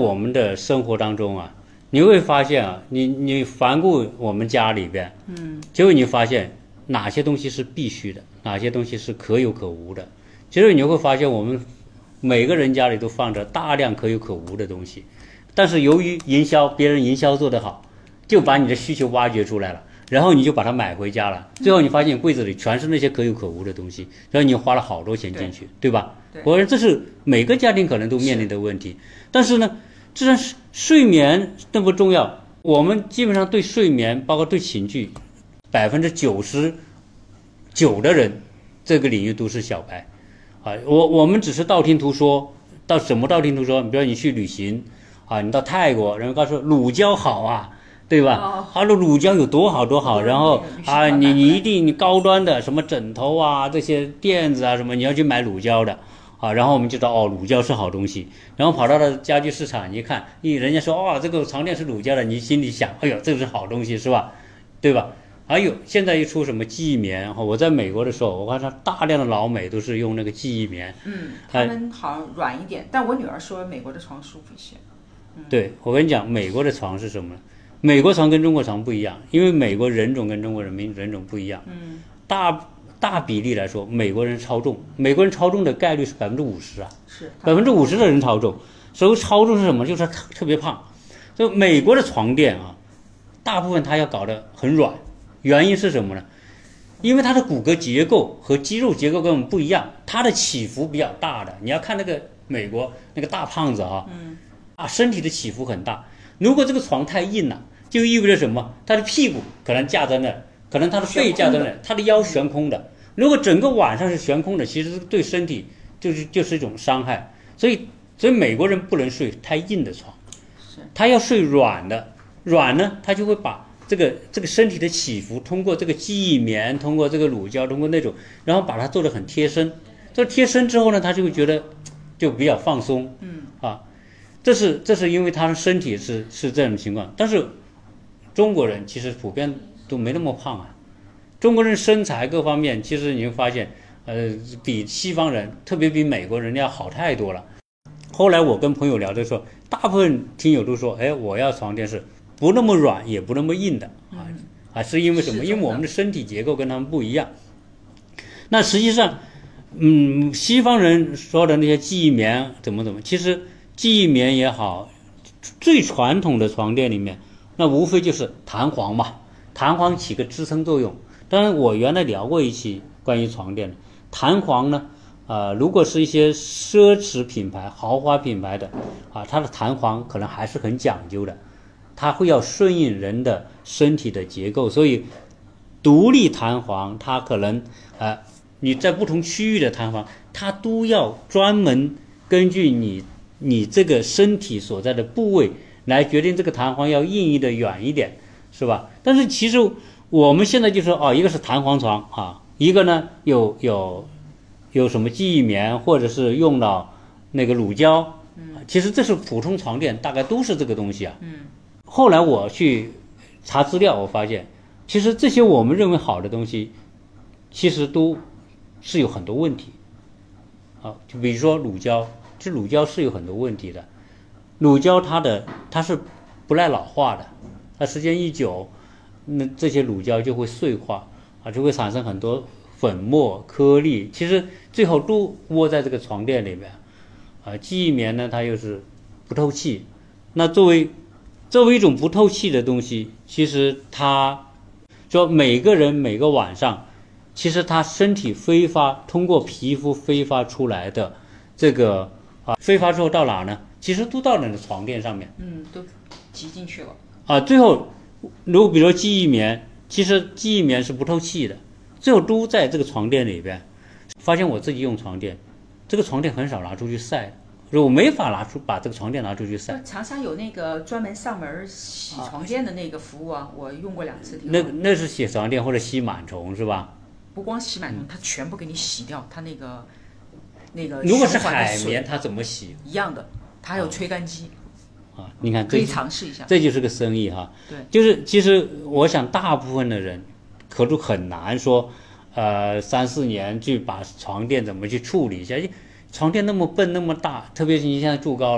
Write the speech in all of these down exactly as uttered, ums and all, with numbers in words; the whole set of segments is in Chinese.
我们的生活当中啊，你会发现啊，你你环顾我们家里边， 嗯， 结果你发现哪些东西是必须的，哪些东西是可有可无的。其实你会发现，我们每个人家里都放着大量可有可无的东西，但是由于营销，别人营销做得好，就把你的需求挖掘出来了，然后你就把它买回家了。最后你发现柜子里全是那些可有可无的东西，然后你花了好多钱进去， 对, 对吧？ 对， 我说这是每个家庭可能都面临的问题。但是呢，既然睡眠那么重要，我们基本上对睡眠，包括对寝具，百分之九十九的人，这个领域都是小白。啊，我我们只是道听途说，到什么道听途说？你比如说你去旅行，啊，你到泰国，人家告诉乳胶好啊，对吧？ 哦， 他说乳胶有多好多好，然后啊，你你一定你高端的什么枕头啊，这些垫子啊什么，你要去买乳胶的，啊，然后我们就知道哦，乳胶是好东西，然后跑到了家居市场，你一看，咦，人家说哦，这个床垫是乳胶的，你心里想，哎呦，这个是好东西是吧？对吧？还有现在一出什么记忆棉，我在美国的时候，我看到大量的老美都是用那个记忆棉。 嗯，他们好像软一点，但我女儿说美国的床舒服一些。嗯、 对，我跟你讲，美国的床是什么？美国床跟中国床不一样，因为美国人种跟中国人民人种不一样。 嗯， 大大比例来说，美国人超重，美国人超重的概率是百分之五十啊， 是百分之五十的人超重。所谓超重是什么？就是他特别胖。就美国的床垫啊，大部分它要搞得很软。原因是什么呢？因为它的骨骼结构和肌肉结构跟我们不一样，它的起伏比较大的。你要看那个美国那个大胖子啊， 嗯， 啊，身体的起伏很大。如果这个床太硬了，就意味着什么？他的屁股可能架在那儿，可能他的背架在那儿，他的腰悬空的。如果整个晚上是悬空的，其实对身体就是就是一种伤害。所以，所以美国人不能睡太硬的床，他要睡软的。软呢，他就会把这个这个身体的起伏，通过这个记忆棉，通过这个乳胶，通过那种，然后把它做得很贴身。这贴身之后呢，他就会觉得就比较放松。 嗯啊，这是这是因为他的身体是是这种情况。但是中国人其实普遍都没那么胖啊，中国人身材各方面，其实你会发现，呃，比西方人，特别比美国人要好太多了。后来我跟朋友聊的时候，大部分听友都说，哎，我要床垫是不那么软也不那么硬的啊，啊，是因为什么？因为我们的身体结构跟他们不一样。那实际上，嗯，西方人说的那些记忆棉怎么怎么，其实记忆棉也好，最传统的床垫里面，那无非就是弹簧嘛，弹簧起个支撑作用。当然，我原来聊过一期关于床垫的弹簧呢。呃，如果是一些奢侈品牌、豪华品牌的，啊，它的弹簧可能还是很讲究的，它会要顺应人的身体的结构，所以独立弹簧它可能，呃，你在不同区域的弹簧，它都要专门根据你你这个身体所在的部位来决定这个弹簧要硬一的远一点，是吧？但是其实我们现在就说，哦，一个是弹簧床啊，一个呢有有。有什么记忆棉，或者是用到那个乳胶，其实这是普通床垫，大概都是这个东西啊。 嗯。 后来我去查资料，我发现，其实这些我们认为好的东西，其实都是有很多问题。啊，就比如说乳胶，这乳胶是有很多问题的。乳胶它的它是不耐老化的，它时间一久，那这些乳胶就会碎化啊，就会产生很多粉末颗粒，其实最后都窝在这个床垫里面，啊，记忆棉呢，它又是不透气。那作为作为一种不透气的东西，其实它说每个人每个晚上，其实他身体挥发通过皮肤挥发出来的这个啊，挥发之后到哪呢？其实都到你的床垫上面， 嗯，都挤进去了。 啊，最后如果比如说记忆棉，其实记忆棉是不透气的。最后都在这个床垫里边，发现我自己用床垫，这个床垫很少拿出去晒，我没法拿出把这个床垫拿出去晒。 长沙有那个专门上门洗床垫的那个服务啊，我用过两次。 那那是洗床垫或者吸螨虫是吧？ 不光洗螨虫，它全部给你洗掉，它那个那个。 如果是海绵，它怎么洗？ 一样的，它还有吹干机。 啊，你看， 可以尝试一下。 这就是个生意哈。 对， 就是其实我想大部分的人。可都很难说，呃，三四年去把床垫怎么去处理一下？床垫那么笨那么大，特别是你现在住高楼，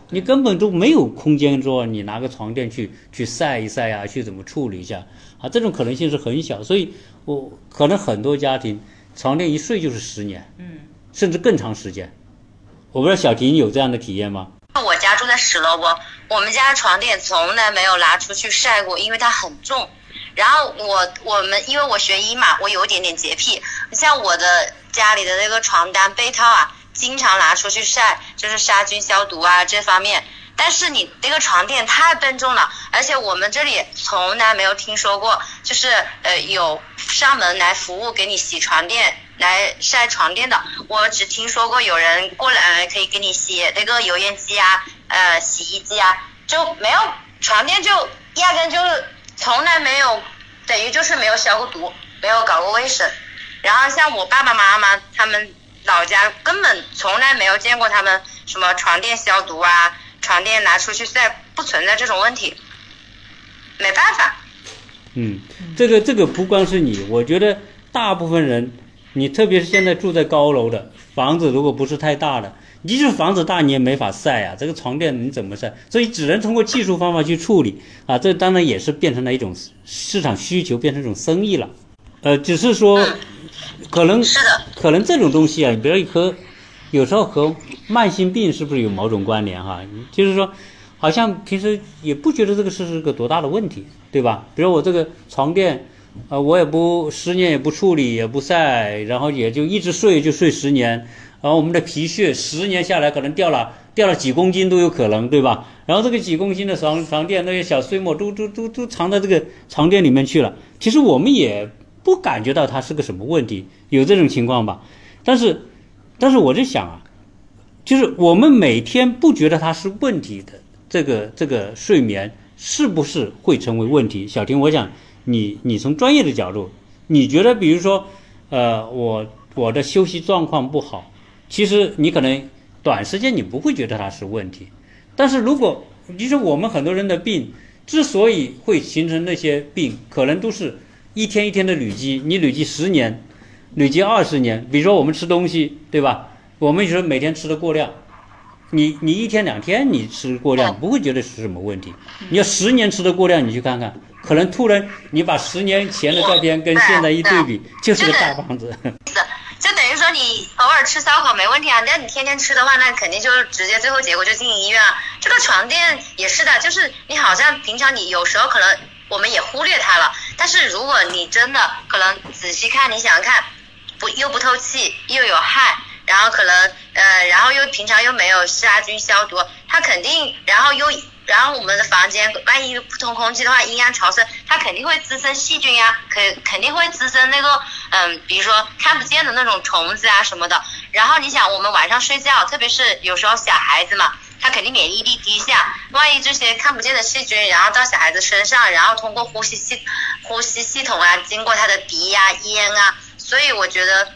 你根本都没有空间说你拿个床垫去去晒一晒啊，去怎么处理一下啊，这种可能性是很小，所以我可能很多家庭床垫一睡就是十年， 嗯， 甚至更长时间。我不知道小婷有这样的体验吗？ 我家住在十楼不，我们家床垫从来没有拿出去晒过，因为它很重。然后我我们因为我学医嘛，我有一点点洁癖，像我的家里的那个床单被套啊，经常拿出去晒，就是杀菌消毒啊这方面。但是你那个床垫太笨重了，而且我们这里从来没有听说过，就是呃有上门来服务给你洗床垫、来晒床垫的。我只听说过有人过来可以给你洗那个油烟机啊、呃洗衣机啊，就没有床垫，就压根就从来没有，等于就是没有消过毒，没有搞过卫生。然后像我爸爸妈妈他们老家根本从来没有见过他们什么床垫消毒啊。床垫拿出去晒，不存在这种问题，没办法。 嗯，这个这个不光是你，我觉得大部分人，你特别是现在住在高楼的房子，如果不是太大的，即使房子大你也没法晒啊，这个床垫你怎么晒？所以只能通过技术方法去处理啊，这当然也是变成了一种市场需求，变成一种生意了。呃，只是说， 嗯、 可能是的， 可能这种东西啊，你比如和有时候和慢性病是不是有某种关联哈？就是说，好像平时也不觉得这个是个多大的问题，对吧？比如我这个床垫，呃，我也不十年也不处理也不晒，然后也就一直睡就睡十年，然后我们的皮屑十年下来可能掉了掉了几公斤都有可能，对吧？然后这个几公斤的床床垫那些小碎末都都都都藏在这个床垫里面去了，其实我们也不感觉到它是个什么问题，有这种情况吧？但是。但是我就想啊，就是我们每天不觉得它是问题的，这个这个睡眠是不是会成为问题？小婷，我想你你从专业的角度，你觉得比如说，呃，我我的休息状况不好，其实你可能短时间你不会觉得它是问题，但是如果其实我们很多人的病之所以会形成那些病，可能都是一天一天的累积，你累积十年。累积二十年，比如说我们吃东西，对吧？我们有时候每天吃的过量，你你一天两天你吃过量，不会觉得是什么问题。你要十年吃的过量，你去看看，可能突然你把十年前的照片跟现在一对比，就是个大胖子。 就等于说你偶尔吃烧烤没问题啊，那你天天吃的话，那肯定就直接最后结果就进医院啊。这个床垫也是的，就是你好像平常你有时候可能我们也忽略它了，但是如果你真的可能仔细看，你想看。不又不透气又有害，然后可能呃，然后又平常又没有杀菌消毒，它肯定，然后又然后我们的房间万一不通空气的话，阴暗潮湿，它肯定会滋生细菌呀，可肯定会滋生那个嗯、呃，比如说看不见的那种虫子啊什么的。然后你想，我们晚上睡觉，特别是有时候小孩子嘛，他肯定免疫力低下，万一这些看不见的细菌，然后到小孩子身上，然后通过呼吸系呼吸系统啊，经过他的鼻呀、咽啊。所以我觉得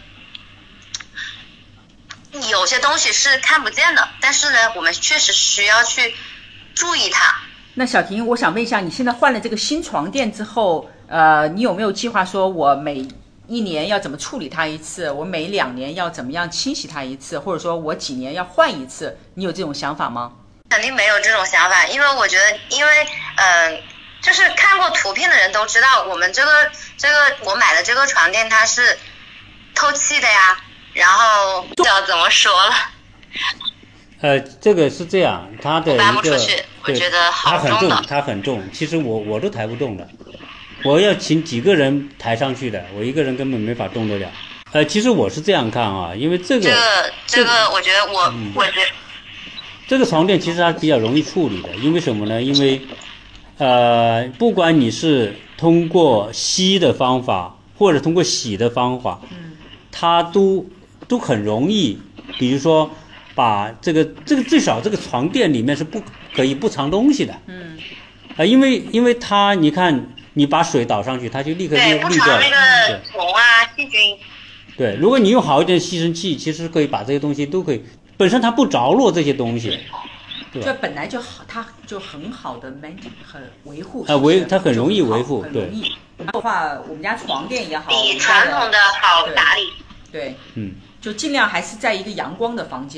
有些东西是看不见的，但是呢，我们确实需要去注意它。 那小婷，我想问一下，你现在换了这个新床垫之后，呃，你有没有计划说，我每一年要怎么处理它一次？我每两年要怎么样清洗它一次？或者说我几年要换一次？你有这种想法吗？ 肯定没有这种想法，因为我觉得，因为嗯。呃就是看过图片的人都知道，我们这个这个我买的这个床垫它是透气的呀，然后不知道怎么说了。 呃，这个是这样，它的一个搬不出去，我觉得好重的。 它很重，它很重。其实我我都抬不动的，我要请几个人抬上去的，我一个人根本没法动得了。呃，其实我是这样看啊，因为这个这个这个，我觉得我、嗯、我觉得这个床垫其实它比较容易处理的，因为什么呢？因为呃，不管你是通过吸的方法，或者通过洗的方法， 嗯， 它都都很容易。比如说，把这个这个最少这个床垫里面是不可以不藏东西的， 嗯， 啊、呃，因为因为它你看，你把水倒上去，它就立刻滤滤掉了， 对，不藏那个虫啊细菌。 对，如果你用好一点吸尘器，其实可以把这些东西都可以，本身它不着落这些东西。 这本来就好，它就很好的 maintain 很维护， 啊维它很容易维护，对。 的话，我们家床垫也好， 比传统的好打理。 对， 嗯， 就尽量还是在一个阳光的房间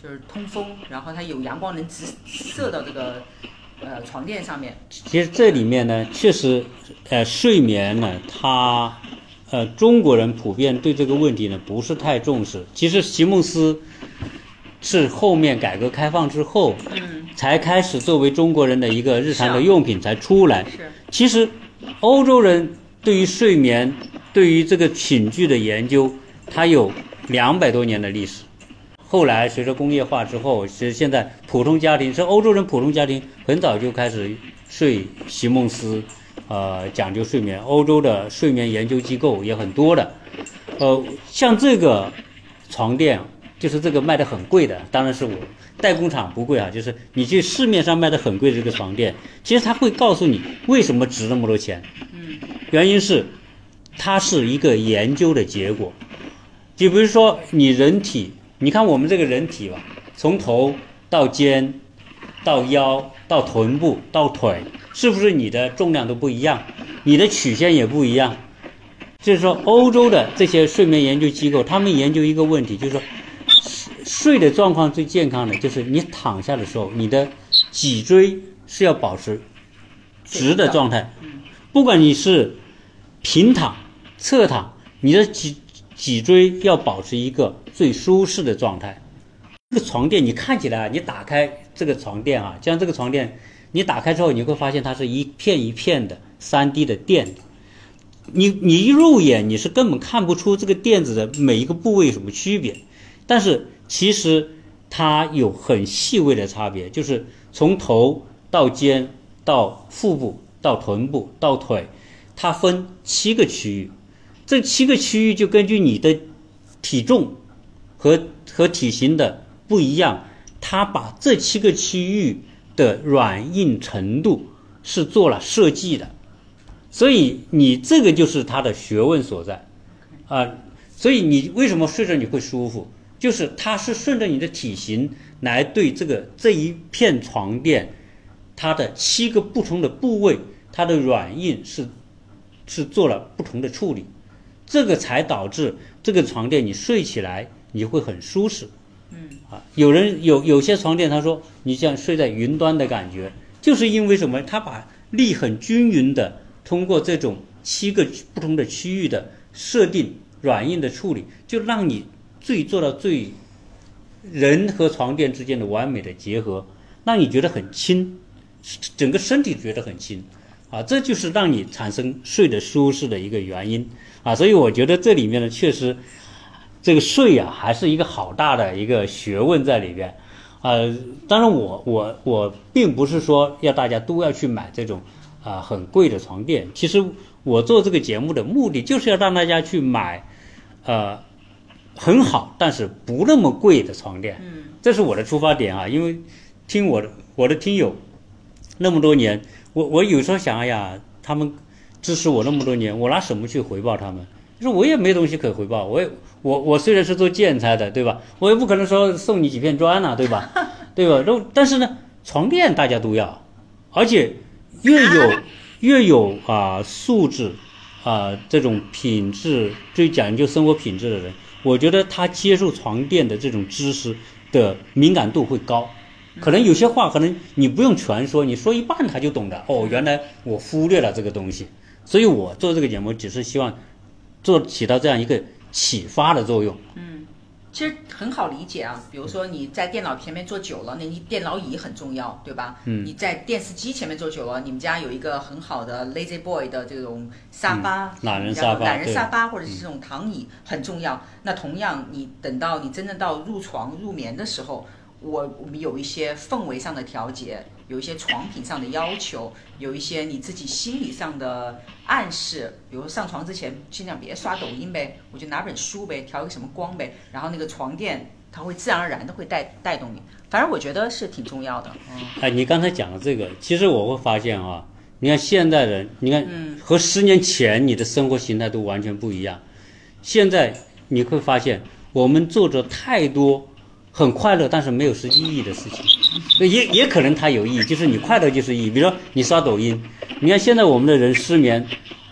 就是通风，然后它有阳光能直射到这个呃床垫上面。 其实这里面呢，确实，呃，睡眠呢，它，呃，中国人普遍对这个问题呢不是太重视。其实席梦思是后面改革开放之后， 嗯， 才开始作为中国人的一个日常的用品才出来。 是。 其实，欧洲人对于睡眠，对于这个寝具的研究，它有两百多年的历史。后来随着工业化之后，其实现在普通家庭，是欧洲人普通家庭很早就开始睡席梦思，呃，讲究睡眠。欧洲的睡眠研究机构也很多的，呃，像这个床垫，就是这个卖的很贵的，当然是我代工厂不贵啊，就是你去市面上卖的很贵的这个床垫，其实它会告诉你为什么值那么多钱。 嗯， 原因是它是一个研究的结果。就比如说你人体。你看我们这个人体吧，从头到肩，到腰，到臀部，到腿，是不是你的重量都不一样？你的曲线也不一样。就是说，欧洲的这些睡眠研究机构，他们研究一个问题，就是说，睡的状况最健康的就是你躺下的时候，你的脊椎是要保持直的状态，不管你是平躺、侧躺，你的脊脊椎要保持一个最舒适的状态。这个床垫你看起来，你打开这个床垫啊，像这个床垫，你打开之后，你会发现它是一片一片的 三 D 的垫子。你你一入眼你是根本看不出这个垫子的每一个部位有什么区别，但是其实它有很细微的差别，就是从头到肩到腹部到臀部到腿，它分七个区域。这七个区域就根据你的体重和和体型的不一样，它把这七个区域的软硬程度是做了设计的，所以你这个就是它的学问所在啊、呃。所以你为什么睡着你会舒服，就是它是顺着你的体型来对这个这一片床垫它的七个不同的部位，它的软硬是是做了不同的处理。这个才导致这个床垫你睡起来你会很舒适。 嗯啊，有人有有些床垫他说你像睡在云端的感觉，就是因为什么？他把力很均匀的通过这种七个不同的区域的设定、软硬的处理，就让你最做到最人和床垫之间的完美的结合，让你觉得很轻，整个身体觉得很轻。啊，这就是让你产生睡得舒适的一个原因啊，所以我觉得这里面呢，确实这个睡啊，还是一个好大的一个学问在里边啊。当然我，我我我并不是说要大家都要去买这种啊很贵的床垫。其实我做这个节目的目的就是要让大家去买呃很好但是不那么贵的床垫， 嗯， 这是我的出发点啊。因为听我的我的听友那么多年。我我有时候想，哎呀，他们支持我那么多年，我拿什么去回报他们？就是我也没东西可回报，我也我我虽然是做建材的，对吧？我也不可能说送你几片砖啊，对吧？对吧？但是呢，床垫大家都要，而且越有越有啊素质啊这种品质最讲究生活品质的人，我觉得他接受床垫的这种知识的敏感度会高。可能有些话可能你不用全说，你说一半他就懂的。哦，原来我忽略了这个东西，所以我做这个节目只是希望做起到这样一个启发的作用。 嗯，其实很好理解啊。比如说你在电脑前面坐久了，那你电脑椅很重要，对吧？嗯。你在电视机前面坐久了，你们家有一个很好的 Lazy Boy 的这种沙发， 嗯、懒人沙发， 懒人沙发或者是这种躺椅很重要。那同样，你等到你真正到入床入眠的时候。我我们有一些氛围上的调节，有一些床品上的要求，有一些你自己心理上的暗示，比如上床之前尽量别刷抖音呗，我就拿本书呗，调一个什么光呗，然后那个床垫它会自然而然的会带带动你，反正我觉得是挺重要的。嗯， 哎，你刚才讲的这个，其实我会发现啊，你看现代人，你看和十年前你的生活形态都完全不一样，现在你会发现我们做着太多。很快乐，但是没有实际意义的事情，也也可能它有意义，就是你快乐就是意义。比如说你刷抖音，你看现在我们的人失眠，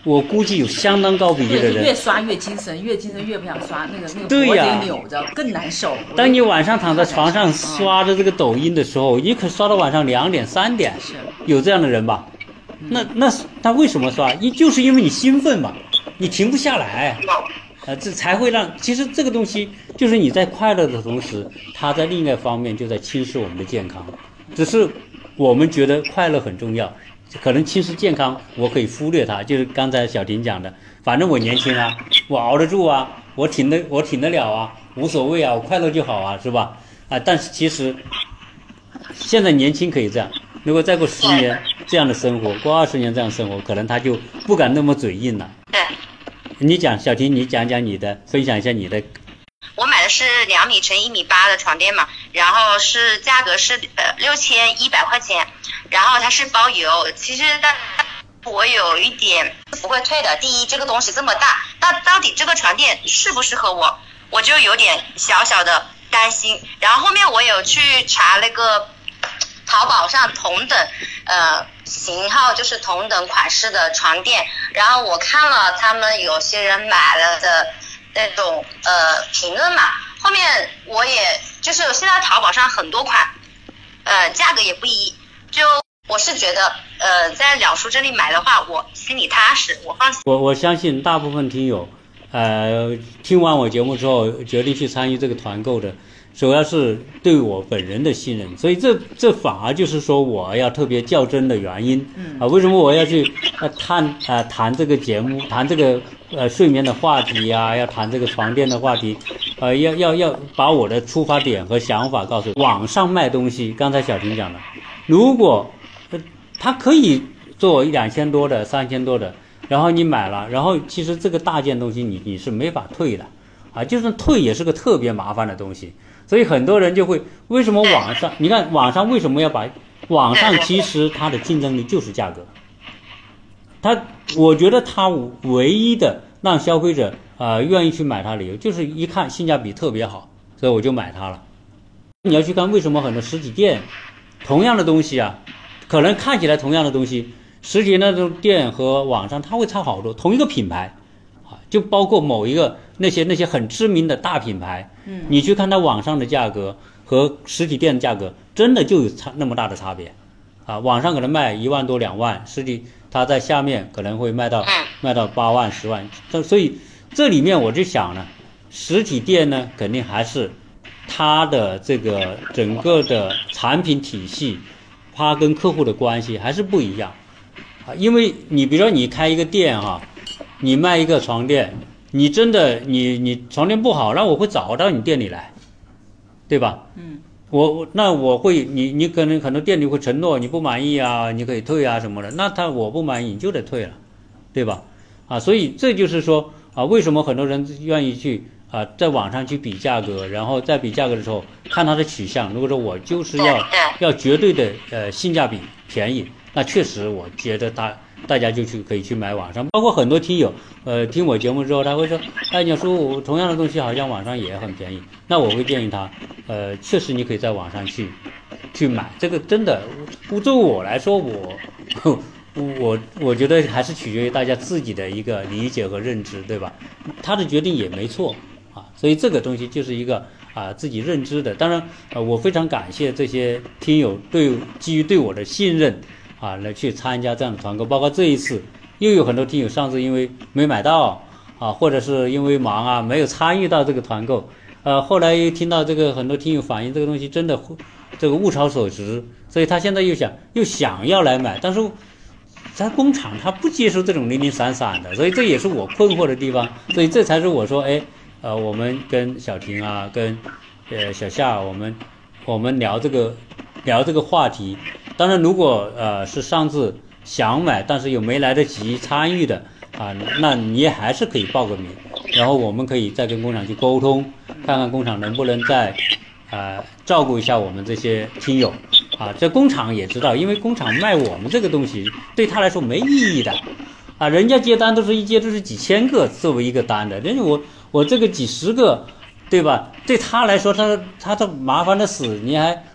我估计有相当高比例的人越刷越精神，越精神越不想刷，那个那个对呀脖子也扭着，更难受。 当你晚上躺在床上刷着这个抖音的时候，你可刷到晚上两点三点， 是有这样的人吧？那那他为什么刷？一就是因为你兴奋嘛，你停不下来，呃，这才会让。其实这个东西就是你在快乐的同时，它在另一方面就在侵蚀我们的健康。只是我们觉得快乐很重要，可能侵蚀健康，我可以忽略它。就是刚才小婷讲的，反正我年轻啊，我熬得住啊，我挺得我挺得了啊，无所谓啊，我快乐就好啊，是吧？啊，但是其实现在年轻可以这样。如果再过十年这样的生活，过二十年这样的生活，可能他就不敢那么嘴硬了。 对， 你讲小婷，你讲讲你的，分享一下你的。 我买的是两米乘一米八的床垫嘛，然后是价格是呃六千一百块钱，然后它是包邮。其实但我有一点不会退的，第一这个东西这么大，那到底这个床垫适不适合我，我就有点小小的担心。然后后面我有去查那个淘宝上同等呃型号，就是同等款式的床垫，然后我看了他们有些人买了的那种呃评论嘛，后面我也就是现在淘宝上很多款，呃价格也不一，就我是觉得呃在两叔这里买的话，我心里踏实，我放心。 我我相信大部分听友，呃听完我节目之后决定去参与这个团购的。主要是对我本人的信任，所以这这反而就是说我要特别较真的原因。 嗯啊，为什么我要去呃谈啊、呃、谈这个节目，谈这个呃睡眠的话题啊，要谈这个床垫的话题，呃要要要把我的出发点和想法告诉网上卖东西。刚才小婷讲了，如果呃它可以做一两千多的、三千多的，然后你买了，然后其实这个大件东西你你是没法退的，啊，就算退也是个特别麻烦的东西。所以很多人就会，为什么网上，你看网上为什么要把网上，其实它的竞争力就是价格，它我觉得它唯一的让消费者呃愿意去买它的理由就是一看性价比特别好，所以我就买它了。你要去看为什么很多实体店同样的东西啊，可能看起来同样的东西，实体那种店和网上它会差好多，同一个品牌啊，就包括某一个那些那些很知名的大品牌。 嗯， 你去看它网上的价格和实体店的价格，真的就有差那么大的差别，啊，网上可能卖一万多两万，实体它在下面可能会卖到卖到八万十万，所以这里面我就想呢，实体店呢肯定还是它的这个整个的产品体系，它跟客户的关系还是不一样，啊，因为你比如说你开一个店哈，你卖一个床垫。你真的你你床垫不好，那我会找到你店里来，对吧？ 嗯， 我那我会你你可能很多店里会承诺你不满意啊，你可以退啊什么的，那他我不满意你就得退了，对吧？啊，所以这就是说啊，为什么很多人愿意去啊在网上去比价格，然后在比价格的时候看它的取向，如果说我就是要要绝对的呃性价比便宜，那确实我觉得大大家就去可以去买网上，包括很多听友，呃，听我节目之后，他会说，哎，你说我同样的东西好像网上也很便宜，那我会建议他，呃，确实你可以在网上去去买，这个真的，作为我来说，我我我觉得还是取决于大家自己的一个理解和认知，对吧？他的决定也没错啊，所以这个东西就是一个啊自己认知的。当然，呃，我非常感谢这些听友对基于对我的信任。啊，来去参加这样的团购，包括这一次又有很多听友上次因为没买到啊，或者是因为忙啊没有参与到这个团购，呃，后来又听到这个很多听友反映这个东西真的这个物超所值，所以他现在又想又想要来买，但是咱工厂他不接受这种零零散散的，所以这也是我困惑的地方，所以这才是我说，哎，呃，我们跟小婷啊，跟呃小夏，我们我们聊这个聊这个话题。当然，如果呃是上次想买但是又没来得及参与的啊，那你也还是可以报个名，然后我们可以再跟工厂去沟通，看看工厂能不能再呃照顾一下我们这些听友啊。这工厂也知道，因为工厂卖我们这个东西对他来说没意义的啊，人家接单都是一接都是几千个作为一个单的，人家我我这个几十个。对吧？对他来说，他他他麻烦的死，你还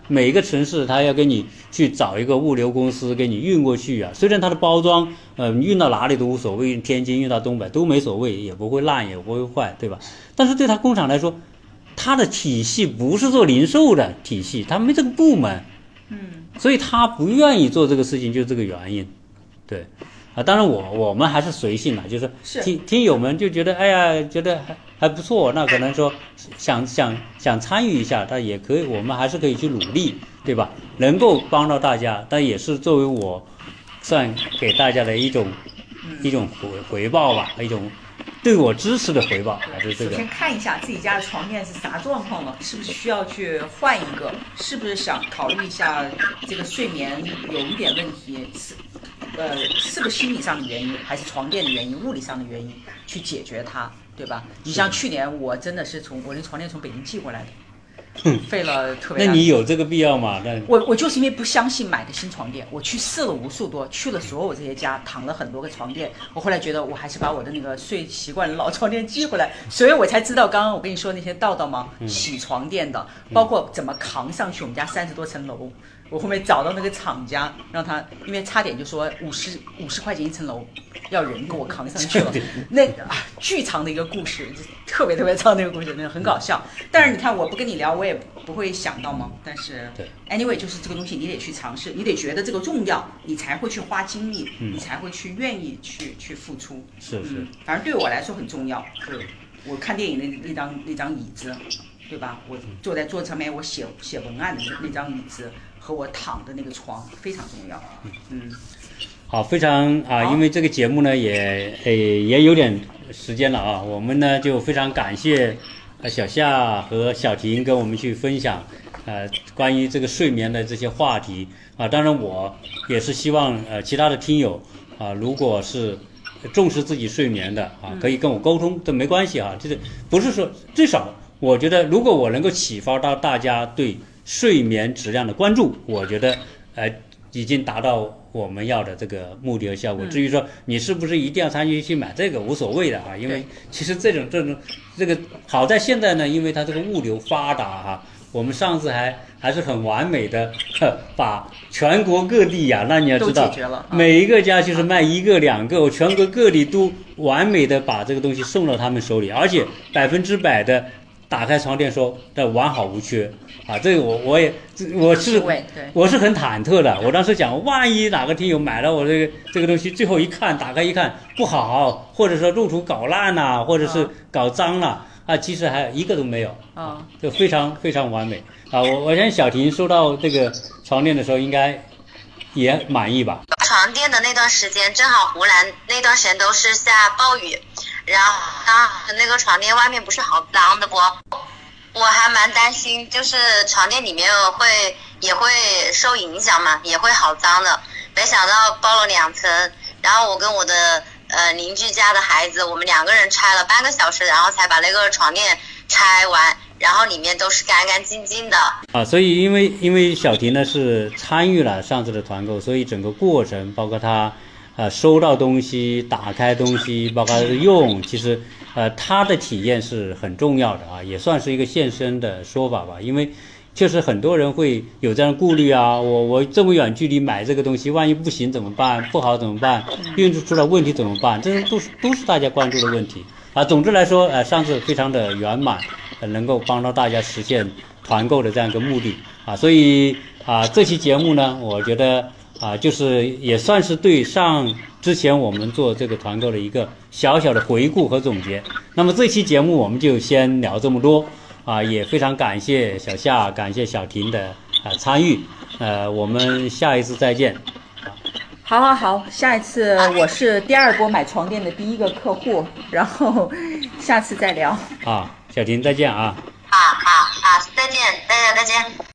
每一个城市它要给你去找一个物流公司给你运过去啊。虽然它的包装，呃，运到哪里都无所谓，天津运到东北都没所谓，也不会烂，也不会坏，对吧？但是对它工厂来说，它的体系不是做零售的体系，它没这个部门， 嗯， 所以他不愿意做这个事情，就这个原因，对。啊，当然我我们还是随性了，就是听听友们就觉得哎呀，觉得还还不错，那可能说想想想参与一下，他也可以，我们还是可以去努力，对吧？能够帮到大家，但也是作为我算给大家的一种、嗯、一种回回报吧，一种对我支持的回报，还是这个。 首先看一下自己家的床垫是啥状况了，是不是需要去换一个？是不是想考虑一下这个睡眠有一点问题？是。呃，是个心理上的原因，还是床垫的原因、物理上的原因去解决它，对吧？你像去年我真的是从我那床垫从北京寄过来的，费了特别大。 那你有这个必要吗？那我我就是因为不相信买个新床垫，我去试了无数多，去了所有这些家，躺了很多个床垫，我后来觉得我还是把我的那个睡习惯的老床垫寄回来，所以我才知道刚刚我跟你说那些道道嘛，洗床垫的，包括怎么扛上去，我们家三十多层楼。我后面找到那个厂家，让他，因为差点就说五十五十块钱一层楼，要人给我扛上去了。那啊，巨长的一个故事，特别特别长的一个故事，那个很搞笑。但是你看，我不跟你聊，我也不会想到嘛。但是 ，anyway， 就是这个东西你得去尝试，你得觉得这个重要，你才会去花精力，嗯、你才会去愿意去去付出。 是是、嗯， 反正对我来说很重要。是，我看电影那那张那张椅子，对吧？我坐在桌子上面，我写写文案的那张椅子。和我躺的那个床非常重要，嗯， 好，非常啊，因为这个节目呢也诶也有点时间了啊，我们呢就非常感谢小夏和小婷跟我们去分享呃关于这个睡眠的这些话题啊，当然我也是希望呃其他的听友啊，如果是重视自己睡眠的啊，可以跟我沟通，这没关系啊，就是不是说最少我觉得如果我能够启发到大家对睡眠质量的关注，我觉得呃已经达到我们要的这个目的和效果。嗯、至于说你是不是一定要参与去买这个，无所谓的啊，因为其实这种这种这个好在现在呢，因为它这个物流发达哈、啊，我们上次还还是很完美的把全国各地呀、啊，那你要知道，每一个家就是卖一个两个，我全国各地都完美的把这个东西送到他们手里，而且百分之百的打开床垫说的完好无缺。啊，这个我我也我是我是很忐忑的。我当时讲，万一哪个听友买了我这个这个东西，最后一看，打开一看不好，或者说入土搞烂了、啊，或者是搞脏了啊，其实还一个都没有啊，就非常非常完美啊。我我相信小婷收到这个床垫的时候，应该也满意吧？ 床垫的那段时间，正好湖南那段时间都是下暴雨，然后那个床垫外面不是好脏的不？我还蛮担心，就是床垫里面会也会受影响嘛，也会好脏的。没想到包了两层，然后我跟我的呃邻居家的孩子，我们两个人拆了半个小时，然后才把那个床垫拆完，然后里面都是干干净净的。 啊，所以因为因为小婷呢是参与了上次的团购，所以整个过程包括她呃收到东西、打开东西，包括用，其实。呃，他的体验是很重要的啊，也算是一个现身的说法吧。因为确实很多人会有这样的顾虑啊，我我这么远距离买这个东西，万一不行怎么办？不好怎么办？运输出了问题怎么办？这都是都是大家关注的问题啊。总之来说，呃，上次非常的圆满，呃，能够帮到大家实现团购的这样一个目的啊。所以啊，这期节目呢，我觉得啊，就是也算是对上。之前我们做这个团购的一个小小的回顾和总结，那么这期节目我们就先聊这么多啊，也非常感谢小夏，感谢小婷的啊参与，呃，我们下一次再见。 好好好，下一次我是第二波买床垫的第一个客户，然后下次再聊。 啊，小婷再见啊。 好好好，再见，大家再见。